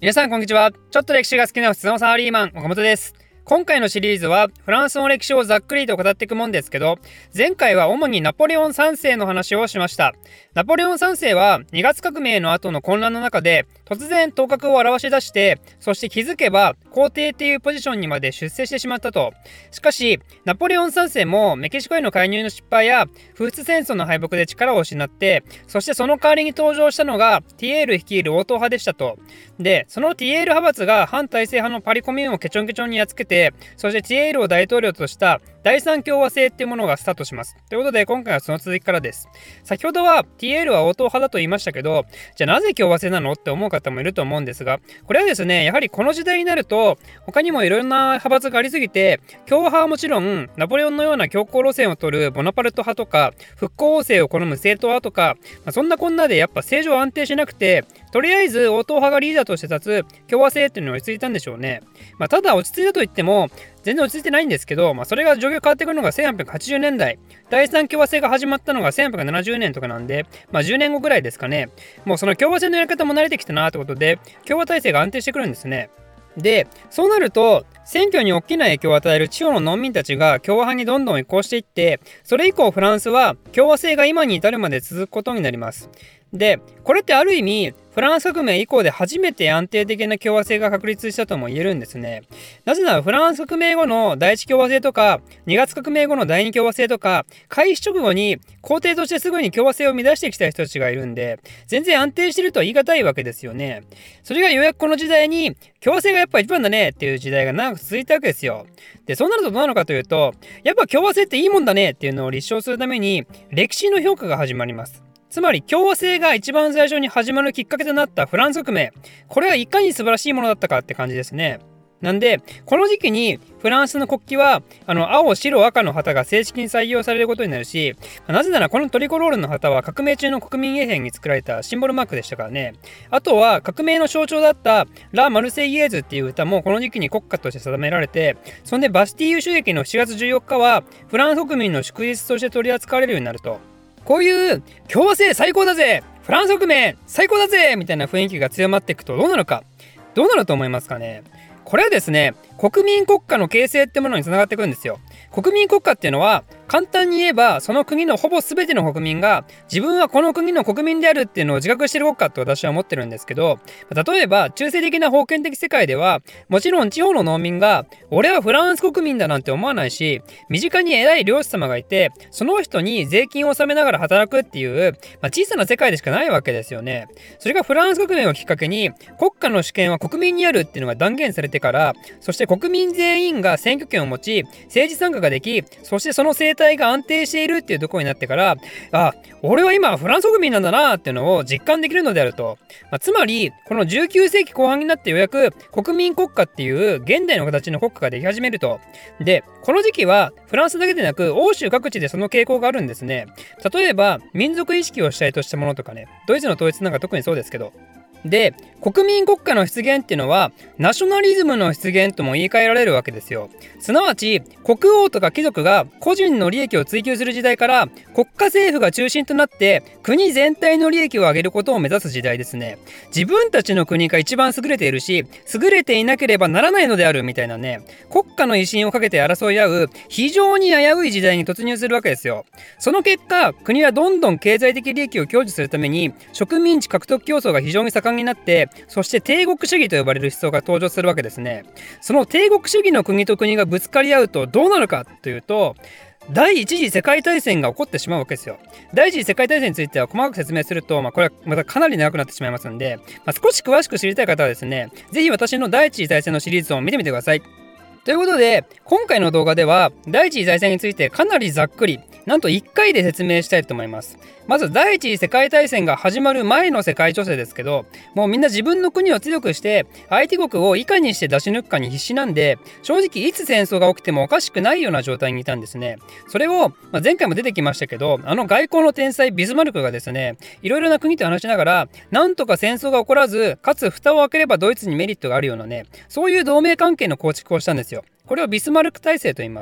皆さんこんにちは。ちょっと歴史が好きな普通のサラリーマン岡本です。今回のシリーズはフランスの歴史をざっくりと語っていくもんですけど、前回は主にナポレオン3世の話をしました。ナポレオン3世は2月革命の後の混乱の中で突然頭角を現し出して、そして気づけば皇帝っていうポジションにまで出世してしまったと。しかしナポレオン3世もメキシコへの介入の失敗やフーツ戦争の敗北で力を失って、そしてその代わりに登場したのがティエール率いる王党派でしたと。でそのティエール派閥が反体制派のパリコミューンをケチョンケチョンにやっつけて、そしてティエールを大統領とした第三共和制っていうものがスタートします。ということで今回はその続きからです。先ほどはティエールは王党派だと言いましたけど、じゃあなぜ共和制なのって思う方もいると思うんですが、これはですね、やはりこの時代になると他にもいろんな派閥がありすぎて、共和派はもちろんナポレオンのような強硬路線を取るボナパルト派とか復興王政を好む政党派とか、そんなこんなでやっぱ政情安定しなくて、とりあえず王党派がリーダーとして立つ共和制っていうのが落ち着いたんでしょうね。ただ落ち着いたといっても全然落ち着いてないんですけど、それが状況変わってくるのが1880年代、第三共和制が始まったのが1870年とかなんで、10年後ぐらいですかね。もうその共和制のやり方も慣れてきたなってことで、共和体制が安定してくるんですね。でそうなると選挙に大きな影響を与える地方の農民たちが共和派にどんどん移行していって、それ以降フランスは共和制が今に至るまで続くことになります。でこれってある意味フランス革命以降で初めて安定的な共和制が確立したとも言えるんですね。なぜならフランス革命後の第一共和制とか2月革命後の第二共和制とか、開始直後に皇帝としてすぐに共和制を乱してきた人たちがいるんで、全然安定してるとは言い難いわけですよね。それがようやくこの時代に共和制がやっぱ一番だねっていう時代が長く続いたわけですよ。でそうなるとどうなのかというと、やっぱ共和制っていいもんだねっていうのを立証するために歴史の評価が始まります。つまり共和制が一番最初に始まるきっかけとなったフランス革命、これはいかに素晴らしいものだったかって感じですね。なんでこの時期にフランスの国旗は青白赤の旗が正式に採用されることになるし、なぜならこのトリコロールの旗は革命中の国民衛兵に作られたシンボルマークでしたからね。あとは革命の象徴だったラ・マルセイエーズっていう歌もこの時期に国歌として定められて、そんでバスティーユ襲撃の7月14日はフランス国民の祝日として取り扱われるようになると。こういう共和制最高だぜ、フランス革命最高だぜみたいな雰囲気が強まっていくとどうなるか、どうなると思いますかね。これはですね、国民国家の形成ってものにつながってくるんですよ。国民国家っていうのは簡単に言えばその国のほぼ全ての国民が自分はこの国の国民であるっていうのを自覚している国家と私は思ってるんですけど、例えば中性的な封建的世界ではもちろん地方の農民が俺はフランス国民だなんて思わないし、身近に偉い領主様がいてその人に税金を納めながら働くっていう、小さな世界でしかないわけですよね。それがフランス革命をきっかけに国家の主権は国民にあるっていうのが断言されてから、そして国民全員が選挙権を持ち政治参加ができ、そしてその政体が安定しているっていうところになってから、俺は今フランス国民なんだなっていうのを実感できるのであると。つまりこの19世紀後半になってようやく国民国家っていう現代の形の国家ができ始めると。でこの時期はフランスだけでなく欧州各地でその傾向があるんですね。例えば民族意識を主体としたものとかね、ドイツの統一なんか特にそうですけど。で国民国家の出現っていうのはナショナリズムの出現とも言い換えられるわけですよ。すなわち国王とか貴族が個人の利益を追求する時代から国家政府が中心となって国全体の利益を上げることを目指す時代ですね。自分たちの国が一番優れているし優れていなければならないのであるみたいなね、国家の威信をかけて争い合う非常に危うい時代に突入するわけですよ。その結果国はどんどん経済的利益を享受するために植民地獲得競争が非常に盛んになって、そして帝国主義と呼ばれる思想が登場するわけですね。その帝国主義の国と国がぶつかり合うとどうなるかというと、第一次世界大戦が起こってしまうわけですよ。第一次世界大戦については細かく説明すると、これはまたかなり長くなってしまいますので、少し詳しく知りたい方はですね、ぜひ私の第一次大戦のシリーズを見てみてください。ということで今回の動画では第一次大戦についてかなりざっくり、なんと1回で説明したいと思います。まず第一次世界大戦が始まる前の世界情勢ですけど、もうみんな自分の国を強くして相手国をいかにして出し抜くかに必死なんで、正直いつ戦争が起きてもおかしくないような状態にいたんですね。それを、前回も出てきましたけど、外交の天才ビスマルクがですね、いろいろな国と話しながらなんとか戦争が起こらず、かつ蓋を開ければドイツにメリットがあるようなね、そういう同盟関係の構築をしたんですよ。これをビスマルク体制と言います。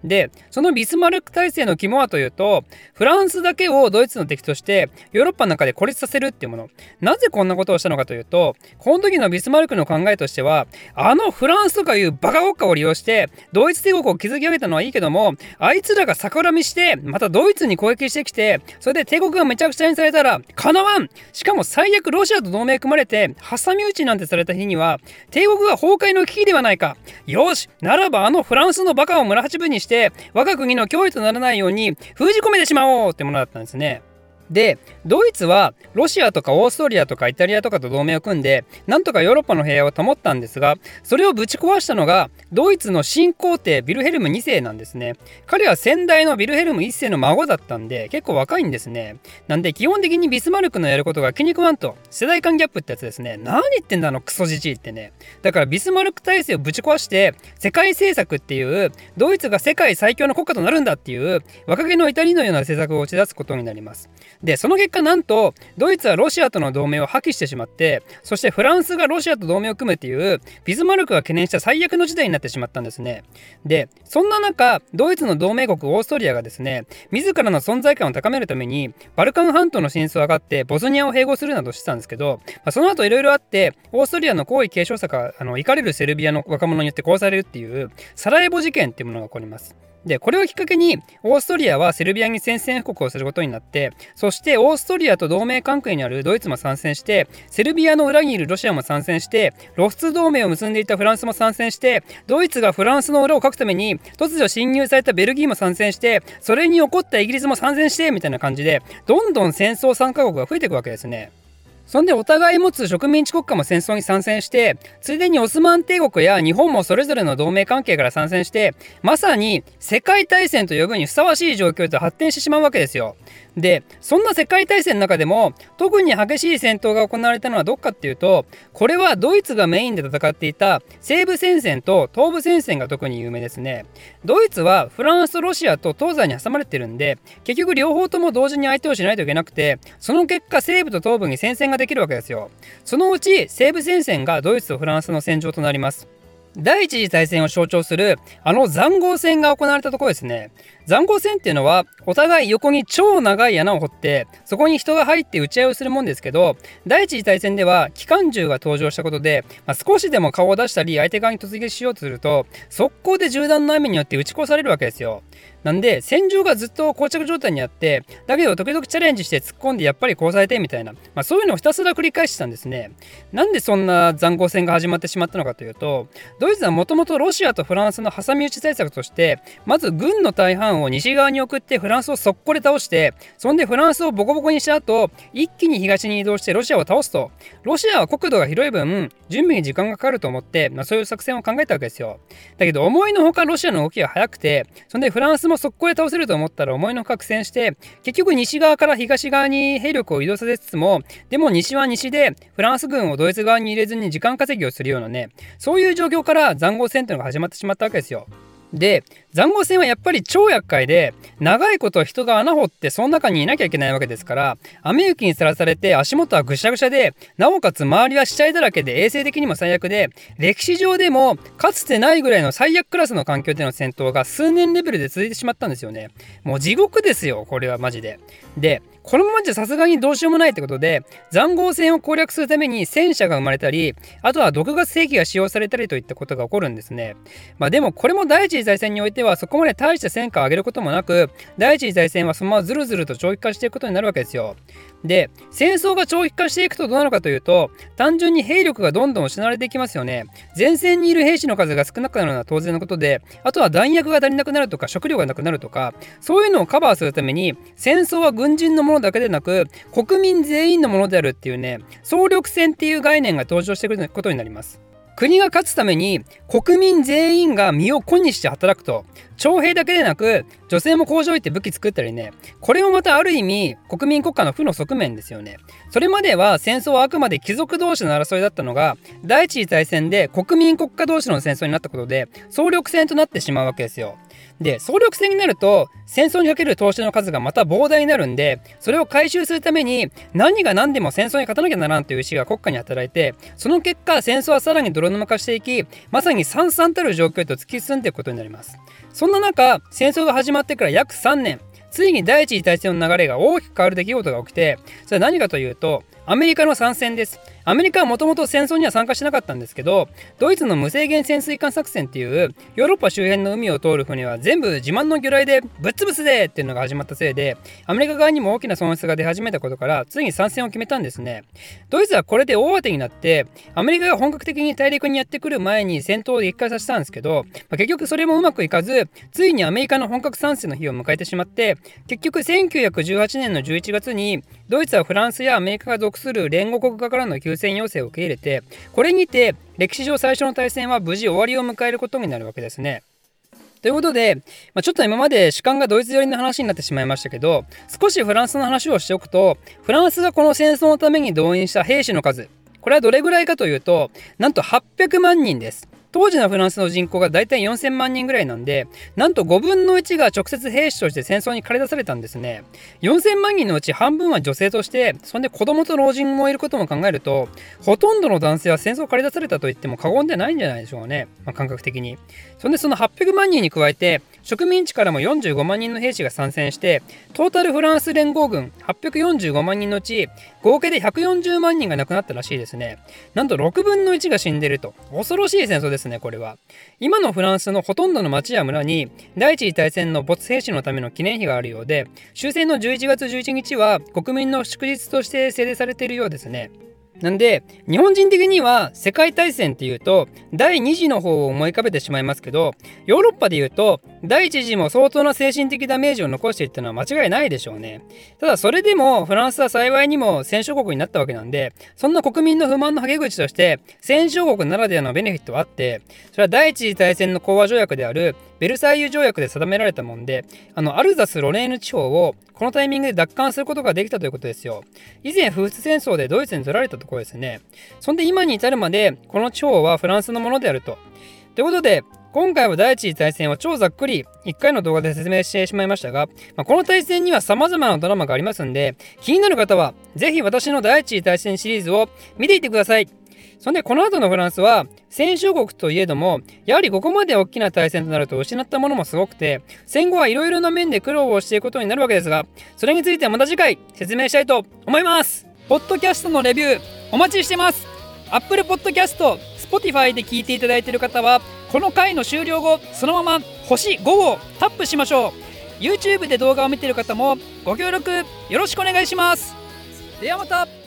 で、そのビスマルク体制の肝はというと、フランスだけをドイツの敵としてヨーロッパの中で孤立させるっていうもの。なぜこんなことをしたのかというと、この時のビスマルクの考えとしては、フランスとかいうバカ国家を利用してドイツ帝国を築き上げたのはいいけども、あいつらが逆恨みしてまたドイツに攻撃してきて、それで帝国がめちゃくちゃにされたらかなわん。しかも最悪ロシアと同盟組まれて挟み撃ちなんてされた日には帝国が崩壊の危機ではないか。よし、ならばフランスのバカを村八分にして我が国の脅威とならないように封じ込めてしまおうってものだったんですね。で、ドイツはロシアとかオーストリアとかイタリアとかと同盟を組んでなんとかヨーロッパの平和を保ったんですが、それをぶち壊したのがドイツの新皇帝ヴィルヘルム2世なんですね。彼は先代のヴィルヘルム1世の孫だったんで結構若いんですね。なんで基本的にビスマルクのやることが気に食わんと、世代間ギャップってやつですね。何言ってんだクソじじいってね。だからビスマルク体制をぶち壊して世界政策っていう、ドイツが世界最強の国家となるんだっていう若気の至りのような政策を打ち出すことになります。で、その結果なんとドイツはロシアとの同盟を破棄してしまって、そしてフランスがロシアと同盟を組むっていうビスマルクが懸念した最悪の事態になってしまったんですね。で、そんな中ドイツの同盟国オーストリアがですね、自らの存在感を高めるためにバルカン半島の進出を図ってボスニアを併合するなどしてたんですけど、その後いろいろあってオーストリアの皇位継承者が怒れるセルビアの若者によって殺されるっていうサラエボ事件っていうものが起こります。で、これをきっかけにオーストリアはセルビアに宣戦布告をすることになって、そしてオーストリアと同盟関係にあるドイツも参戦して、セルビアの裏にいるロシアも参戦して、露出同盟を結んでいたフランスも参戦して、ドイツがフランスの裏をかくために突如侵入されたベルギーも参戦して、それに怒ったイギリスも参戦してみたいな感じで、どんどん戦争参加国が増えていくわけですね。そんでお互い持つ植民地国家も戦争に参戦して、ついでにオスマン帝国や日本もそれぞれの同盟関係から参戦して、まさに世界大戦と呼ぶにふさわしい状況へと発展してしまうわけですよ。で、そんな世界大戦の中でも特に激しい戦闘が行われたのはどっかっていうと、これはドイツがメインで戦っていた西部戦線と東部戦線が特に有名ですね。ドイツはフランスとロシアと東西に挟まれてるんで、結局両方とも同時に相手をしないといけなくて、その結果西部と東部に戦線ができるわけですよ。そのうち西部戦線がドイツとフランスの戦場となります。第一次大戦を象徴する塹壕戦が行われたところですね。塹壕戦っていうのはお互い横に超長い穴を掘ってそこに人が入って撃ち合いをするもんですけど、第一次大戦では機関銃が登場したことで、少しでも顔を出したり相手側に突撃しようとすると速攻で銃弾の雨によって撃ち殺されるわけですよ。なんで戦場がずっと膠着状態にあって、だけど時々チャレンジして突っ込んでやっぱり殺されてみたいな、そういうのをひたすら繰り返してたんですね。なんでそんな塹壕戦が始まってしまったのかというと、ドイツはもともとロシアとフランスの挟み撃ち対策として、まず軍の大半を西側に送ってフランスを速攻で倒して、そんでフランスをボコボコにした後一気に東に移動してロシアを倒すと。ロシアは国土が広い分準備に時間がかかると思って、そういう作戦を考えたわけですよ。だけど思いのほかロシアの動きが速くて、そんでフランスも速攻で倒せると思ったら思いのほか苦戦して、結局西側から東側に兵力を移動させつつも、でも西は西でフランス軍をドイツ側に入れずに時間稼ぎをするようなね、そういう状況から塹壕戦というのが始まってしまったわけですよ。で、塹壕戦はやっぱり超厄介で、長いこと人が穴掘ってその中にいなきゃいけないわけですから、雨雪にさらされて足元はぐしゃぐしゃで、なおかつ周りは死体だらけで衛生的にも最悪で、歴史上でもかつてないぐらいの最悪クラスの環境での戦闘が数年レベルで続いてしまったんですよね。もう地獄ですよ、これはマジで。で、このままじゃさすがにどうしようもないってことで、塹壕戦を攻略するために戦車が生まれたり、あとは毒ガス兵器が使用されたりといったことが起こるんですね。でもこれも第一次大戦においてはそこまで大した戦果を上げることもなく、第一次大戦はそのままずるずると長期化していくことになるわけですよ。で、戦争が長期化していくとどうなるかというと、単純に兵力がどんどん失われていきますよね。前線にいる兵士の数が少なくなるのは当然のことで、あとは弾薬が足りなくなるとか食料がなくなるとか、そういうのをカバーするために戦争は軍人のものだけでなく国民全員のものであるっていうね、総力戦っていう概念が登場してくることになります。国が勝つために国民全員が身を粉にして働くと、徴兵だけでなく女性も工場行って武器作ったりね、これもまたある意味国民国家の負の側面ですよね。それまでは戦争はあくまで貴族同士の争いだったのが、第一次大戦で国民国家同士の戦争になったことで総力戦となってしまうわけですよ。で、総力戦になると戦争にかける投資の数がまた膨大になるんで、それを回収するために何が何でも戦争に勝たなきゃならんという意思が国家に働いて、その結果戦争はさらに泥沼化していき、まさに惨々たる状況へと突き進んでいくことになります。そんな中、戦争が始まってから約3年、ついに第一次大戦の流れが大きく変わる出来事が起きて、それは何かというと、アメリカの参戦です。アメリカはもともと戦争には参加しなかったんですけど、ドイツの無制限潜水艦作戦っていうヨーロッパ周辺の海を通る船は全部自慢の魚雷でぶっ潰すぜっていうのが始まったせいで、アメリカ側にも大きな損失が出始めたことから、ついに参戦を決めたんですね。ドイツはこれで大当てになって、アメリカが本格的に大陸にやってくる前に戦闘を撃破させたんですけど、結局それもうまくいかず、ついにアメリカの本格参戦の日を迎えてしまって、結局1918年の11月にドイツはフランスやアメリカが属する連合国家からの休戦要請を受け入れて、これにて歴史上最初の大戦は無事終わりを迎えることになるわけですね。ということで、ちょっと今まで主観がドイツ寄りの話になってしまいましたけど、少しフランスの話をしておくと、フランスがこの戦争のために動員した兵士の数、これはどれぐらいかというと、なんと800万人です。当時のフランスの人口がだいたい4000万人ぐらいなんで、なんと5分の1が直接兵士として戦争に駆り出されたんですね。4000万人のうち半分は女性として、そんで子供と老人もいることも考えると、ほとんどの男性は戦争を駆り出されたと言っても過言ではないんじゃないでしょうね。感覚的に。そんでその800万人に加えて、植民地からも45万人の兵士が参戦して、トータルフランス連合軍845万人のうち、合計で140万人が亡くなったらしいですね。なんと6分の1が死んでると。恐ろしい戦争ですね、これは。今のフランスのほとんどの町や村に、第一次大戦の没兵士のための記念碑があるようで、終戦の11月11日は国民の祝日として制定されているようですね。なんで日本人的には世界大戦っていうと第2次の方を思い浮かべてしまいますけど、ヨーロッパでいうと第1次も相当な精神的ダメージを残していったのは間違いないでしょうね。ただそれでもフランスは幸いにも戦勝国になったわけなんで、そんな国民の不満のはけ口として戦勝国ならではのベネフィットはあって、それは第一次大戦の講和条約であるベルサイユ条約で定められたもんで、アルザス・ロレーヌ地方をこのタイミングで奪還することができたということですよ。以前フース戦争でドイツに取られたところですね。そんで今に至るまでこの地方はフランスのものであると。ということで今回は第一次大戦を超ざっくり1回の動画で説明してしまいましたが、この大戦には様々なドラマがありますんで、気になる方はぜひ私の第一次大戦シリーズを見ていってください。そんでこの後のフランスは戦勝国といえども、やはりここまで大きな大戦となると失ったものもすごくて、戦後はいろいろな面で苦労をしていくことになるわけですが、それについてはまた次回説明したいと思います。ポッドキャストのレビューお待ちしてます。 Apple Podcast、Spotify で聞いていただいている方はこの回の終了後そのまま星5をタップしましょう。 YouTube で動画を見ている方もご協力よろしくお願いします。ではまた。